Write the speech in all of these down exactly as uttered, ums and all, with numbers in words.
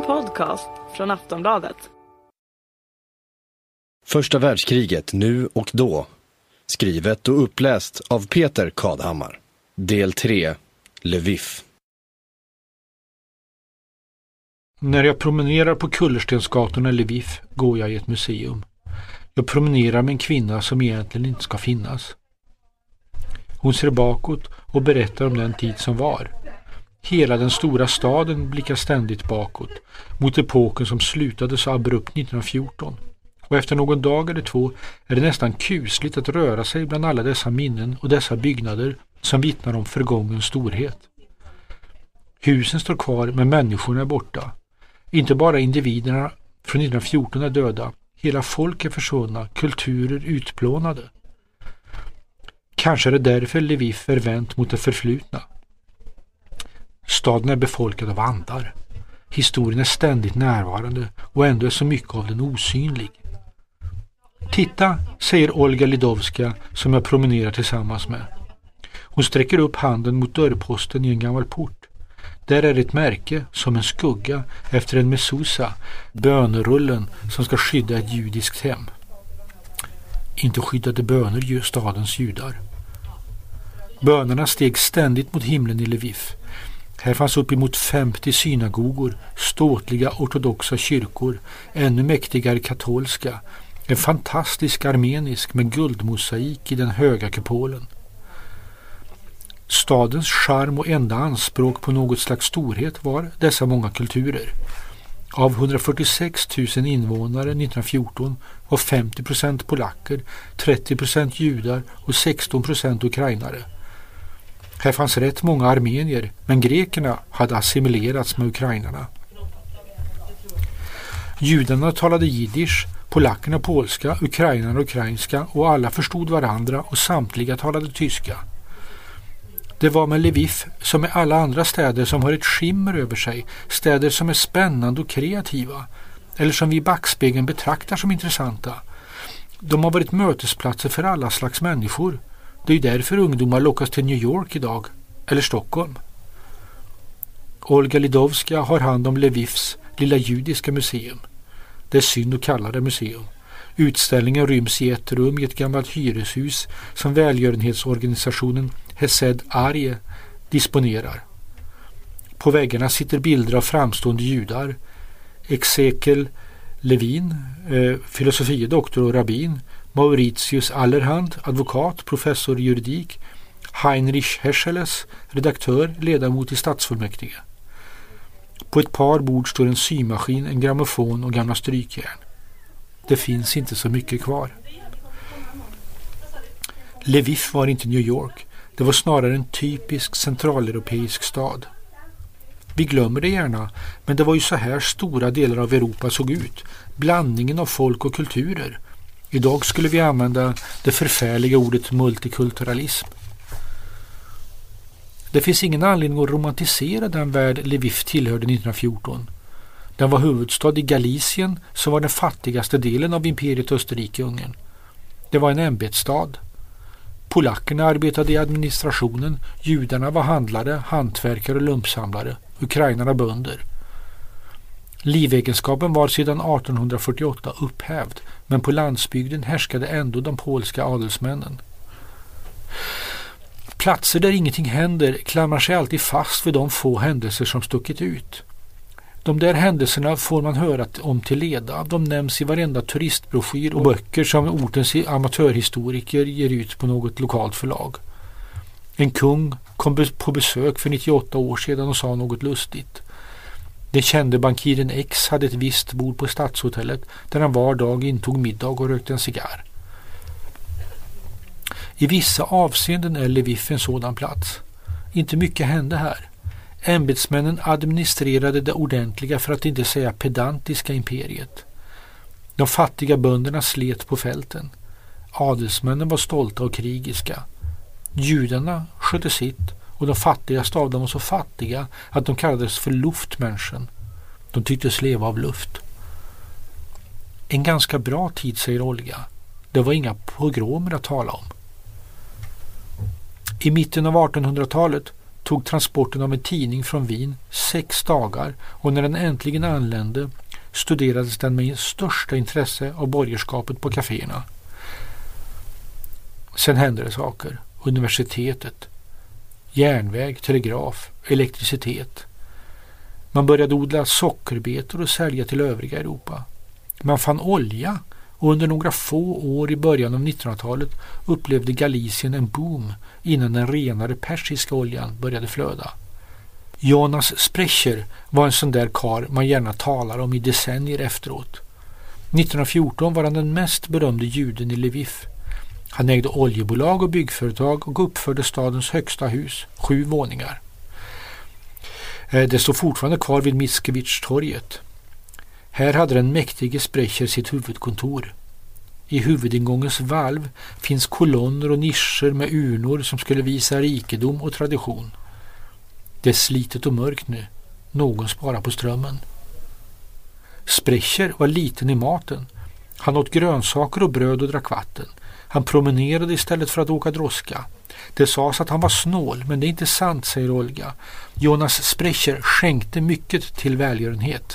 podcast från Aftonbladet. Första världskriget nu och då. Skrivet och uppläst av Peter Kadhammar. Del tre. Lviv. När jag promenerar på kullerstensgatorna i Lviv går jag i ett museum. Jag promenerar med en kvinna som egentligen inte ska finnas. Hon ser bakåt och berättar om den tid som var. Hela den stora staden blickar ständigt bakåt, mot epoken som slutade så abrupt nittonhundrafjorton. Och efter någon dag eller två är det nästan kusligt att röra sig bland alla dessa minnen och dessa byggnader som vittnar om förgångens storhet. Husen står kvar men människorna är borta. Inte bara individerna från nittonhundrafjorton är döda, hela folk är försvunna, kulturer utplånade. Kanske är det därför Lviv är vänt mot det förflutna. Staden är befolkad av andar. Historien är ständigt närvarande och ändå är så mycket av den osynlig. Titta, säger Olga Lidovska som jag promenerar tillsammans med. Hon sträcker upp handen mot dörrposten i en gammal port. Där är ett märke som en skugga efter en mesusa, bönerullen som ska skydda ett judiskt hem. Inte skyddade böner ju stadens judar. Bönerna steg ständigt mot himlen i Lviv. Här fanns uppemot femtio synagogor, ståtliga ortodoxa kyrkor, ännu mäktigare katolska, en fantastisk armenisk med guldmosaik i den höga kupolen. Stadens charm och enda anspråk på något slags storhet var dessa många kulturer. Av hundrafyrtiosex tusen invånare nittonhundrafjorton var femtio procent polacker, trettio procent judar och sexton procent ukrainare. Här fanns rätt många armenier, men grekerna hade assimilerats med ukrainarna. Judarna talade jiddisch, polackerna polska, ukrainarna ukrainska och alla förstod varandra och samtliga talade tyska. Det var med Lviv som med alla andra städer som har ett skimmer över sig, städer som är spännande och kreativa, eller som vi i backspegeln betraktar som intressanta. De har varit mötesplatser för alla slags människor. Det är ju därför ungdomar lockas till New York idag, eller Stockholm. Olga Lidovska har hand om Lvivs lilla judiska museum. Det är synd att kalla det museum. Utställningen ryms i ett rum i ett gammalt hyreshus som välgörenhetsorganisationen Hesed Arje disponerar. På väggarna sitter bilder av framstående judar. Exekel Levin, eh, filosofiedoktor och rabbin, Mauritius Allerhand, advokat, professor i juridik, Heinrich Hescheles, redaktör, ledamot i stadsfullmäktige. På ett par bord står en symaskin, en grammofon och gamla strykjärn. Det finns inte så mycket kvar. Lviv var inte New York. Det var snarare en typisk centraleuropeisk stad. Vi glömmer det gärna, men det var ju så här stora delar av Europa såg ut. Blandningen av folk och kulturer. Idag skulle vi använda det förfärliga ordet multikulturalism. Det finns ingen anledning att romantisera den värld Lviv tillhörde nittonhundrafjorton. Den var huvudstad i Galicien som var den fattigaste delen av imperiet Österrike-Ungern. Det var en ämbetsstad. Polackerna arbetade i administrationen, judarna var handlare, hantverkare och lumpsamlare, ukrainarna bönder. Livegenskapen var sedan artonhundrafyrtioåtta upphävd, men på landsbygden härskade ändå de polska adelsmännen. Platser där ingenting händer klamrar sig alltid fast vid de få händelser som stuckit ut. De där händelserna får man höra om till leda. De nämns i varenda turistbroschyr och böcker som ortens amatörhistoriker ger ut på något lokalt förlag. En kung kom på besök för nittioåtta år sedan och sa något lustigt. Den kände bankiren X hade ett visst bord på stadshotellet där han var dag intog middag och rökte en cigarr. I vissa avseenden är Lviv en sådan plats. Inte mycket hände här. Ämbetsmännen administrerade det ordentliga, för att inte säga pedantiska, imperiet. De fattiga bönderna slet på fälten. Adelsmännen var stolta och krigiska. Judarna skötte sitt, och de fattigaste av dem var så fattiga att de kallades för luftmänniskan. De tycktes leva av luft. En ganska bra tid, säger Olga. Det var inga pogromer att tala om. I mitten av artonhundratalet tog transporten av en tidning från Wien sex dagar och när den äntligen anlände studerades den med största intresse av borgerskapet på kaféerna. Sen hände det saker. Universitetet, järnväg, telegraf, elektricitet. Man började odla sockerbetor och sälja till övriga Europa. Man fann olja och under några få år i början av nittonhundratalet upplevde Galicien en boom innan den renare persiska oljan började flöda. Jonas Sprecher var en sån där kar man gärna talar om i decennier efteråt. nittonhundrafjorton var han den mest berömde juden i Lviv. Han ägde oljebolag och byggföretag och uppförde stadens högsta hus, sju våningar. Det står fortfarande kvar vid Mickiewicz-torget. Här hade den mäktige Sprecher sitt huvudkontor. I huvudingångens valv finns kolonner och nischer med urnor som skulle visa rikedom och tradition. Det är slitet och mörkt nu. Någon sparar på strömmen. Sprecher var liten i maten. Han åt grönsaker och bröd och drack vatten. Han promenerade istället för att åka droska. Det sades att han var snål, men det är inte sant, säger Olga. Jonas Sprecher skänkte mycket till välgörenhet.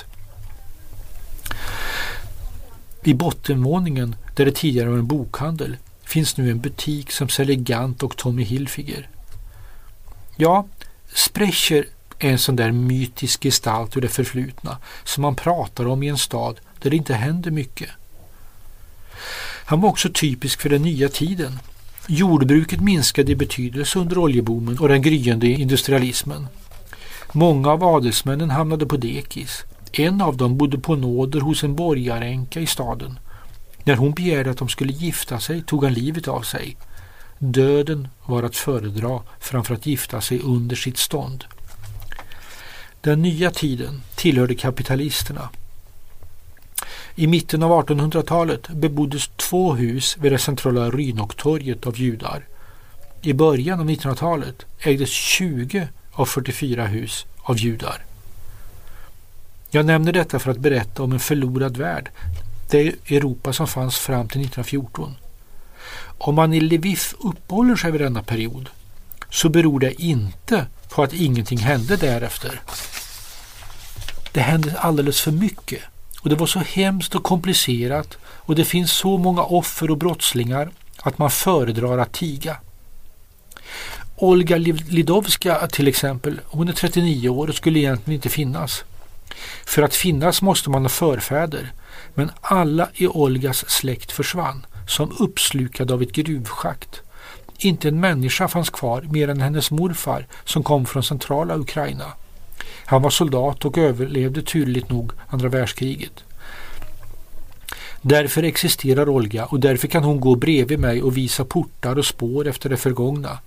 I bottenvåningen, där det tidigare var en bokhandel, finns nu en butik som säljer Gant och Tommy Hilfiger. Ja, Sprecher är en sån där mytisk gestalt ur det förflutna som man pratar om i en stad där det inte händer mycket. Han var också typisk för den nya tiden. Jordbruket minskade i betydelse under oljeboomen och den gryende industrialismen. Många av adelsmännen hamnade på dekis. En av dem bodde på nåder hos en borgaränka i staden. När hon begärde att de skulle gifta sig tog han livet av sig. Döden var att föredra framför att gifta sig under sitt stånd. Den nya tiden tillhörde kapitalisterna. I mitten av artonhundratalet beboddes två hus vid det centrala Rynoktorget av judar. I början av nittonhundratalet ägdes tjugo av fyrtiofyra hus av judar. Jag nämner detta för att berätta om en förlorad värld, det Europa som fanns fram till nittonhundrafjorton. Om man i Lviv uppehåller sig vid denna period så beror det inte på att ingenting hände därefter. Det hände alldeles för mycket. Och det var så hemskt och komplicerat och det finns så många offer och brottslingar att man föredrar att tiga. Olga Lidowska till exempel, hon är trettionio år och skulle egentligen inte finnas. För att finnas måste man ha förfäder, men alla i Olgas släkt försvann som uppslukade av ett gruvschakt. Inte en människa fanns kvar mer än hennes morfar som kom från centrala Ukraina. Han var soldat och överlevde turligt nog andra världskriget. Därför existerar Olga och därför kan hon gå bredvid mig och visa portar och spår efter det förgångna.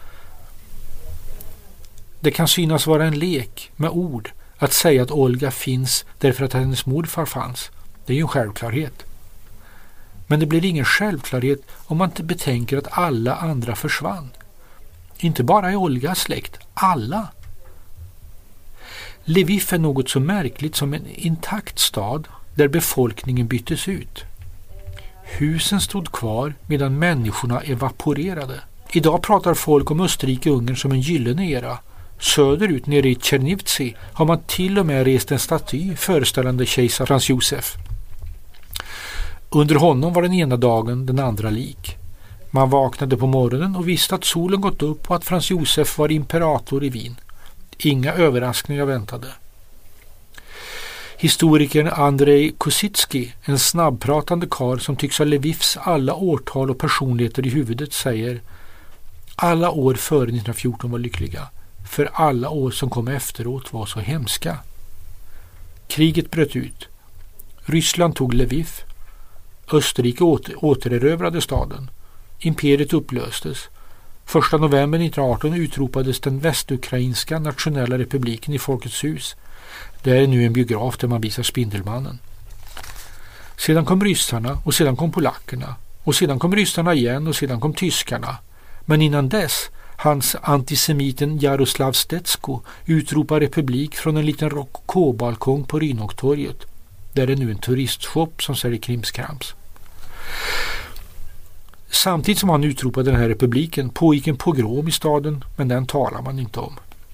Det kan synas vara en lek med ord att säga att Olga finns därför att hennes morfar fanns. Det är ju en självklarhet. Men det blir ingen självklarhet om man inte betänker att alla andra försvann. Inte bara i Olgas släkt, alla. Lviv är något så märkligt som en intakt stad där befolkningen byttes ut. Husen stod kvar medan människorna evaporerade. Idag pratar folk om Österrike-Ungern som en gyllene era. Söderut nere i Tjernivtsi har man till och med rest en staty föreställande kejsar Frans Josef. Under honom var den ena dagen den andra lik. Man vaknade på morgonen och visste att solen gått upp och att Frans Josef var imperator i Wien. Inga överraskningar väntade. Historikern Andrei Kosicki, en snabbpratande karl som tycks ha Lvivs alla årtal och personligheter i huvudet, säger: alla år före nittonhundrafjorton var lyckliga, för alla år som kom efteråt var så hemska. Kriget bröt ut. Ryssland tog Lviv. Österrike åter, återerövrade staden. Imperiet upplöstes. första november nittonhundraarton utropades den västukrainska nationella republiken i Folkets hus. Det är nu en biograf där man visar Spindelmannen. Sedan kom ryssarna och sedan kom polackerna. Och sedan kom ryssarna igen och sedan kom tyskarna. Men innan dess hans antisemiten Jaroslav Stetsko utropar republik från en liten rokokåbalkong på Rynoktorget. Där är nu en turistshop som säljer krimskrams. Samtidigt som han utropade den här republiken pågick en pogrom i staden, men den talar man inte om.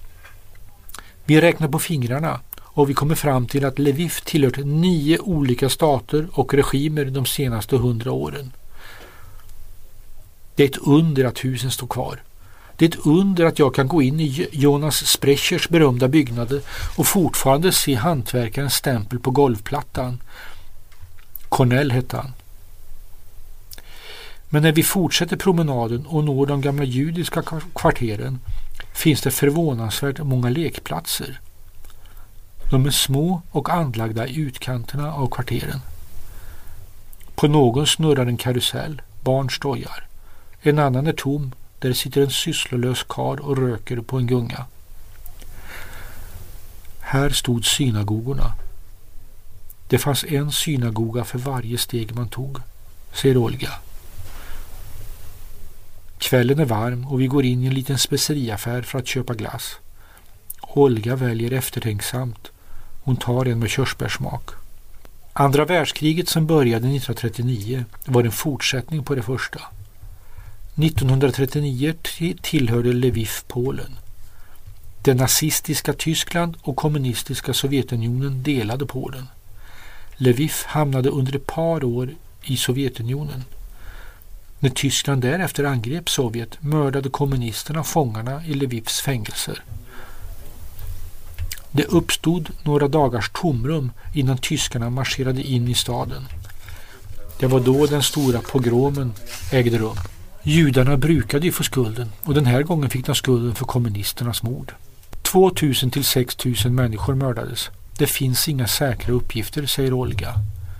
Vi räknar på fingrarna och vi kommer fram till att Lviv tillhört nio olika stater och regimer de senaste hundra åren. Det är ett under att husen står kvar. Det är ett under att jag kan gå in i Jonas Sprechers berömda byggnader och fortfarande se hantverkarens stämpel på golvplattan. Cornell hette han. Men när vi fortsätter promenaden och når de gamla judiska kvarteren finns det förvånansvärt många lekplatser. De är små och anlagda i utkanterna av kvarteren. På någon snurrar en karusell, barn stojar. En annan är tom, där sitter en sysslolös karl och röker på en gunga. Här stod synagogorna. Det fanns en synagoga för varje steg man tog, säger Olga. Kvällen är varm och vi går in i en liten speceriaffär för att köpa glass. Olga väljer eftertänksamt. Hon tar en med körsbärssmak. Andra världskriget som började nittonhundratrettionio var en fortsättning på det första. nittonhundratrettionio tillhörde Lviv Polen. Det nazistiska Tyskland och kommunistiska Sovjetunionen delade Polen. Lviv hamnade under ett par år i Sovjetunionen. När Tyskland därefter angrep Sovjet mördade kommunisterna fångarna i Lvivs fängelser. Det uppstod några dagars tomrum innan tyskarna marscherade in i staden. Det var då den stora pogromen ägde rum. Judarna brukade ju få skulden och den här gången fick de skulden för kommunisternas mord. tvåtusen till sextusen människor mördades. Det finns inga säkra uppgifter, säger Olga.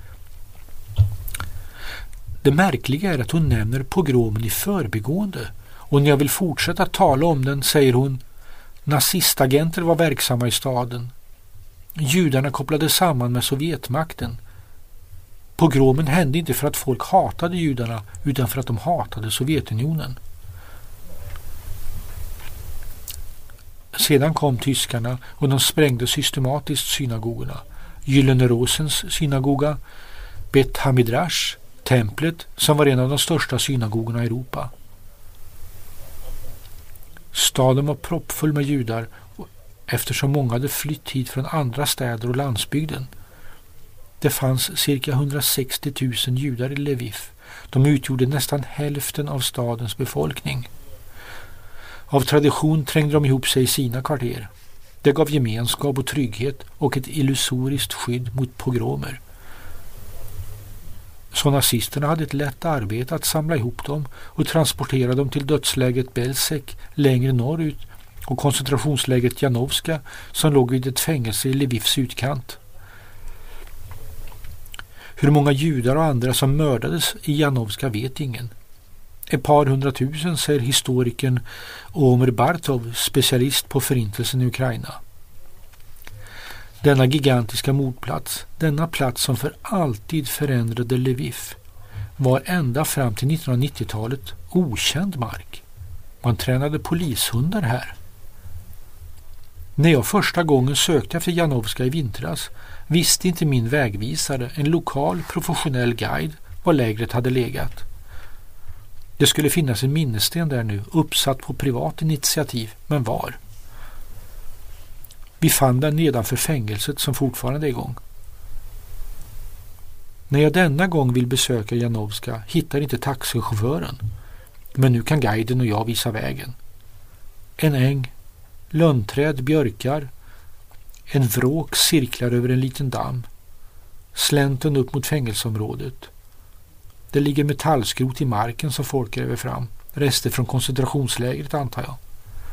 Det märkliga är att hon nämner pogromen i förbigående och när jag vill fortsätta tala om den säger hon: nazistagenter var verksamma i staden. Judarna kopplades samman med Sovjetmakten. Pogromen hände inte för att folk hatade judarna utan för att de hatade Sovjetunionen. Sedan kom tyskarna och de sprängde systematiskt synagogorna. Gyllene Rosens synagoga, Bet Hamidrash, templet som var en av de största synagogorna i Europa. Staden var proppfull med judar eftersom många hade flytt hit från andra städer och landsbygden. Det fanns cirka hundrasextio tusen judar i Lviv. De utgjorde nästan hälften av stadens befolkning. Av tradition trängde de ihop sig i sina kvarter. Det gav gemenskap och trygghet och ett illusoriskt skydd mot pogromer. Så nazisterna hade ett lätt arbete att samla ihop dem och transportera dem till dödsläget Belzec längre norrut och koncentrationsläget Janowska som låg vid ett fängelse i Lvivs utkant. Hur många judar och andra som mördades i Janowska vet ingen. Ett par hundratusen, säger historikern Omer Bartov, specialist på förintelsen i Ukraina. Denna gigantiska mordplats, denna plats som för alltid förändrade Lviv, var ända fram till nittonhundranittiotalet okänd mark. Man tränade polishundar här. När jag första gången sökte efter Janowska i vintras visste inte min vägvisare, en lokal professionell guide, var lägret hade legat. Det skulle finnas en minnessten där nu, uppsatt på privat initiativ, men var? Vi fann den nedanför fängelset som fortfarande är igång. När jag denna gång vill besöka Janowska hittar inte taxichauffören, men nu kan guiden och jag visa vägen. En äng, lönnträd, björkar, en vråk cirklar över en liten damm, slänten upp mot fängelseområdet. Det ligger metallskrot i marken som folk gräver fram, rester från koncentrationslägret antar jag.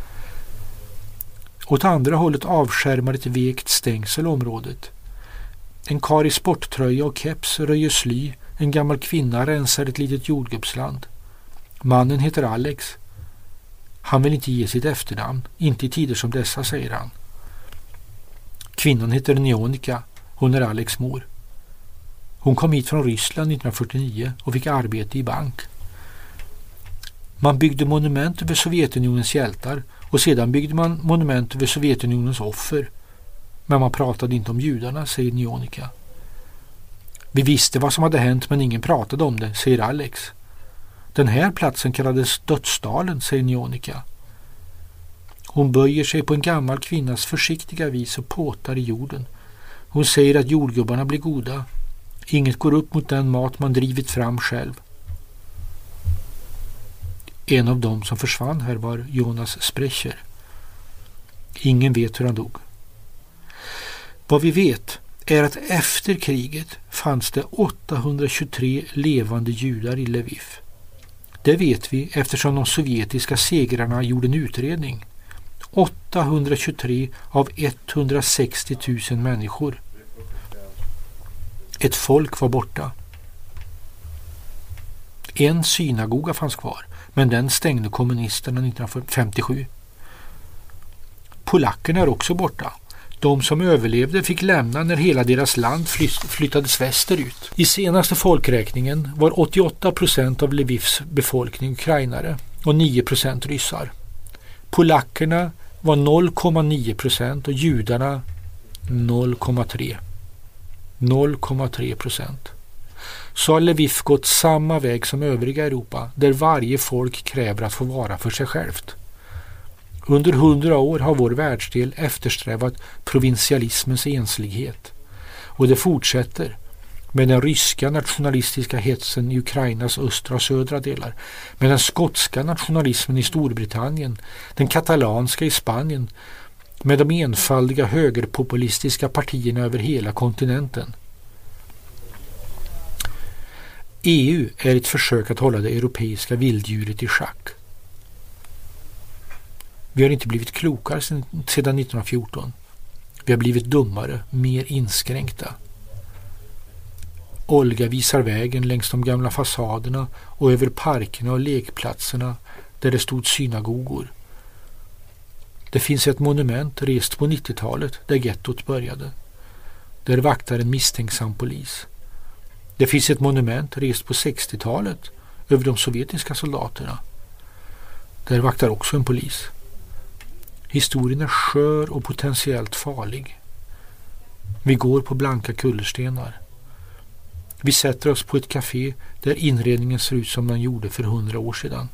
Åt andra hållet avskärmar ett vekt stängsel området. En kar i sporttröja och keps röjer sly, en gammal kvinna rensar ett litet jordgubbsland. Mannen heter Alex. Han vill inte ge sitt efternamn, inte i tider som dessa, säger han. Kvinnan heter Nionika, hon är Alex mor. Hon kom hit från Ryssland nittonhundrafyrtionio och fick arbete i bank. Man byggde monument över Sovjetunionens hjältar och sedan byggde man monument över Sovjetunionens offer. Men man pratade inte om judarna, säger Nionika. Vi visste vad som hade hänt men ingen pratade om det, säger Alex. Den här platsen kallades Dödsdalen, säger Nionika. Hon böjer sig på en gammal kvinnas försiktiga vis och påtar i jorden. Hon säger att jordgubbarna blir goda. Inget går upp mot den mat man drivit fram själv. En av dem som försvann här var Jonas Sprecher. Ingen vet hur han dog. Vad vi vet är att efter kriget fanns det åttahundratjugotre levande judar i Lviv. Det vet vi eftersom de sovjetiska segrarna gjorde en utredning. åttahundratjugotre av etthundrasextio tusen människor. Ett folk var borta. En synagoga fanns kvar, men den stängde kommunisterna nittonhundrafemtiosju. Polackerna är också borta. De som överlevde fick lämna när hela deras land flyttades västerut. I senaste folkräkningen var åttioåtta procent av Lvivs befolkning ukrainare och nio procent ryssar. Polackerna var noll komma nio procent och judarna noll komma tre. noll komma tre procent. Så har Lviv gått samma väg som övriga Europa, där varje folk kräver att få vara för sig självt. Under hundra år har vår världsdel eftersträvat provinsialismens enslighet. Och det fortsätter med den ryska nationalistiska hetsen i Ukrainas östra och södra delar, med den skotska nationalismen i Storbritannien, den katalanska i Spanien, med de enfaldiga högerpopulistiska partierna över hela kontinenten. E U är ett försök att hålla det europeiska vilddjuret i schack. Vi har inte blivit klokare sedan nittonhundrafjorton. Vi har blivit dummare, mer inskränkta. Olga visar vägen längs de gamla fasaderna och över parkerna och lekplatserna där det stod synagogor. Det finns ett monument rest på nittiotalet där gettot började. Där vaktar en misstänksam polis. Det finns ett monument rest på sextiotalet över de sovjetiska soldaterna. Där vaktar också en polis. Historien är skör och potentiellt farlig. Vi går på blanka kullerstenar. Vi sätter oss på ett café där inredningen ser ut som den gjorde för hundra år sedan.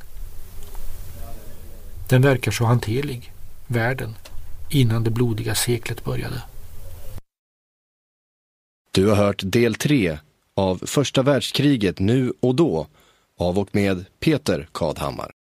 Den verkar så hanterlig, världen, innan det blodiga seklet började. Du har hört del tre av Första världskriget nu och då av och med Peter Kadhammar.